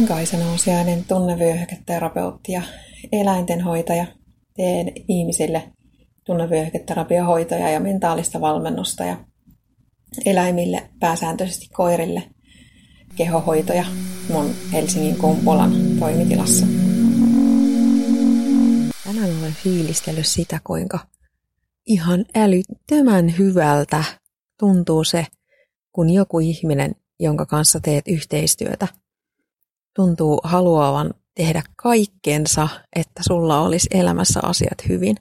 Kaisa Nousiainen, tunnevyöhyketerapeutti ja eläintenhoitaja. Teen ihmisille tunnevyöhyketerapiohoitoja ja mentaalista valmennusta ja eläimille, pääsääntöisesti koirille, kehohoitoja mun Helsingin Kumpulan toimitilassa. Tänään olen fiilistellyt sitä, kuinka ihan älyttömän hyvältä tuntuu se, kun joku ihminen, jonka kanssa teet yhteistyötä, tuntuu haluavan tehdä kaikkensa, että sulla olisi elämässä asiat hyvin.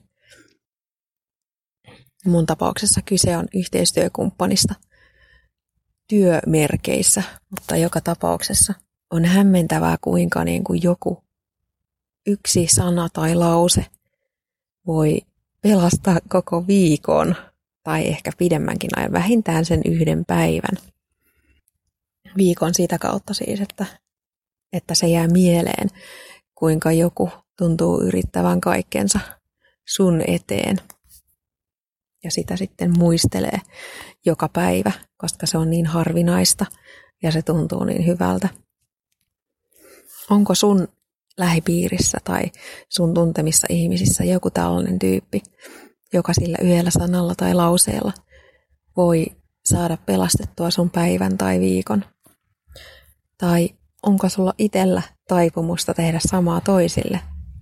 Mun tapauksessa kyse on yhteistyökumppanista työmerkeissä, mutta joka tapauksessa on hämmentävää, kuinka niin kuin joku yksi sana tai lause voi pelastaa koko viikon tai ehkä pidemmänkin ajan, vähintään sen yhden päivän. Viikon sitä kautta siis, että se jää mieleen, kuinka joku tuntuu yrittävän kaikkensa sun eteen. Ja sitä sitten muistelee joka päivä, koska se on niin harvinaista ja se tuntuu niin hyvältä. Onko sun lähipiirissä tai sun tuntemissa ihmisissä joku tällainen tyyppi, joka sillä yhdellä sanalla tai lauseella voi saada pelastettua sun päivän tai viikon? Tai onko sulla itsellä taipumusta tehdä samaa toisille?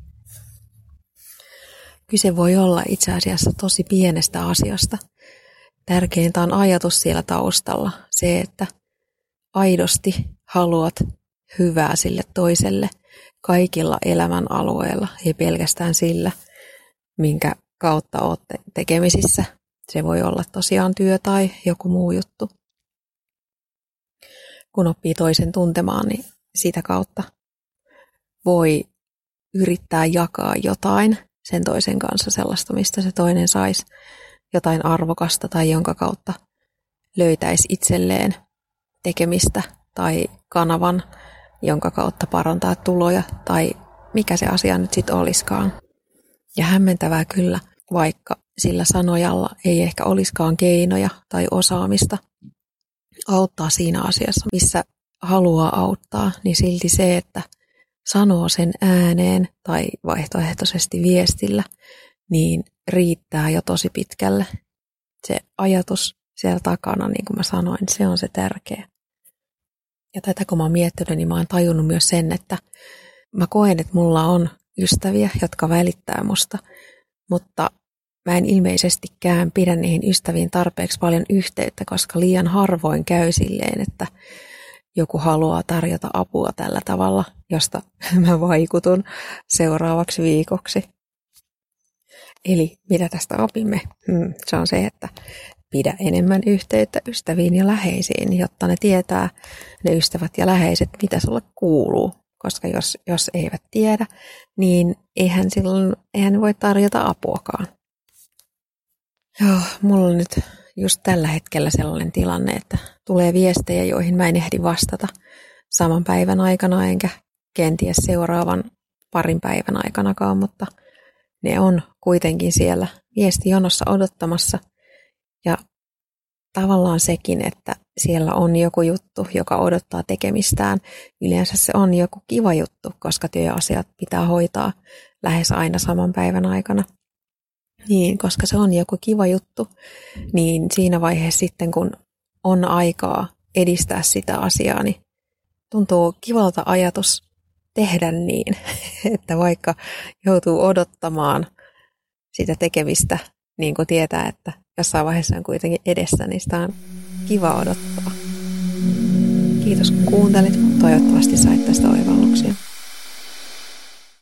Kyse voi olla itse asiassa tosi pienestä asiasta. Tärkeintä on ajatus siellä taustalla. Se, että aidosti haluat hyvää sille toiselle kaikilla elämän alueilla, ei pelkästään sillä, minkä kautta olet tekemisissä. Se voi olla tosiaan työ tai joku muu juttu. Kun oppii toisen tuntemaan, niin sitä kautta voi yrittää jakaa jotain sen toisen kanssa, sellaista, mistä se toinen saisi jotain arvokasta tai jonka kautta löytäisi itselleen tekemistä tai kanavan, jonka kautta parantaa tuloja tai mikä se asia nyt sitten olisikaan. Ja hämmentävää kyllä, vaikka sillä sanojalla ei ehkä olisikaan keinoja tai osaamista auttaa siinä asiassa, missä haluaa auttaa, niin silti se, että sanoo sen ääneen tai vaihtoehtoisesti viestillä, niin riittää jo tosi pitkälle. Se ajatus siellä takana, niin kuin mä sanoin, se on se tärkeä. Ja tätä kun mä oon miettinyt, niin mä oon tajunnut myös sen, että mä koen, että mulla on ystäviä, jotka välittää musta, mutta mä en ilmeisestikään pidä niihin ystäviin tarpeeksi paljon yhteyttä, koska liian harvoin käy silleen, että joku haluaa tarjota apua tällä tavalla, josta mä vaikutun seuraavaksi viikoksi. Eli mitä tästä opimme? Se on se, että pidä enemmän yhteyttä ystäviin ja läheisiin, jotta ne tietää, ne ystävät ja läheiset, mitä sulle kuuluu. Koska jos eivät tiedä, niin eihän ne voi tarjota apuakaan. Joo, mulla on nyt just tällä hetkellä sellainen tilanne, että tulee viestejä, joihin mä en ehdi vastata saman päivän aikana, enkä kenties seuraavan parin päivän aikanakaan, mutta ne on kuitenkin siellä viestijonossa odottamassa. Ja tavallaan sekin, että siellä on joku juttu, joka odottaa tekemistään. Yleensä se on joku kiva juttu, koska työasiat pitää hoitaa lähes aina saman päivän aikana. Niin, koska se on joku kiva juttu, niin siinä vaiheessa sitten, kun on aikaa edistää sitä asiaa, niin tuntuu kivalta ajatus tehdä niin, että vaikka joutuu odottamaan sitä tekemistä, niin kuin tietää, että jossain vaiheessa on kuitenkin edessä, niin sitä on kiva odottaa. Kiitos kun kuuntelit. Toivottavasti sait tästä oivalluksia.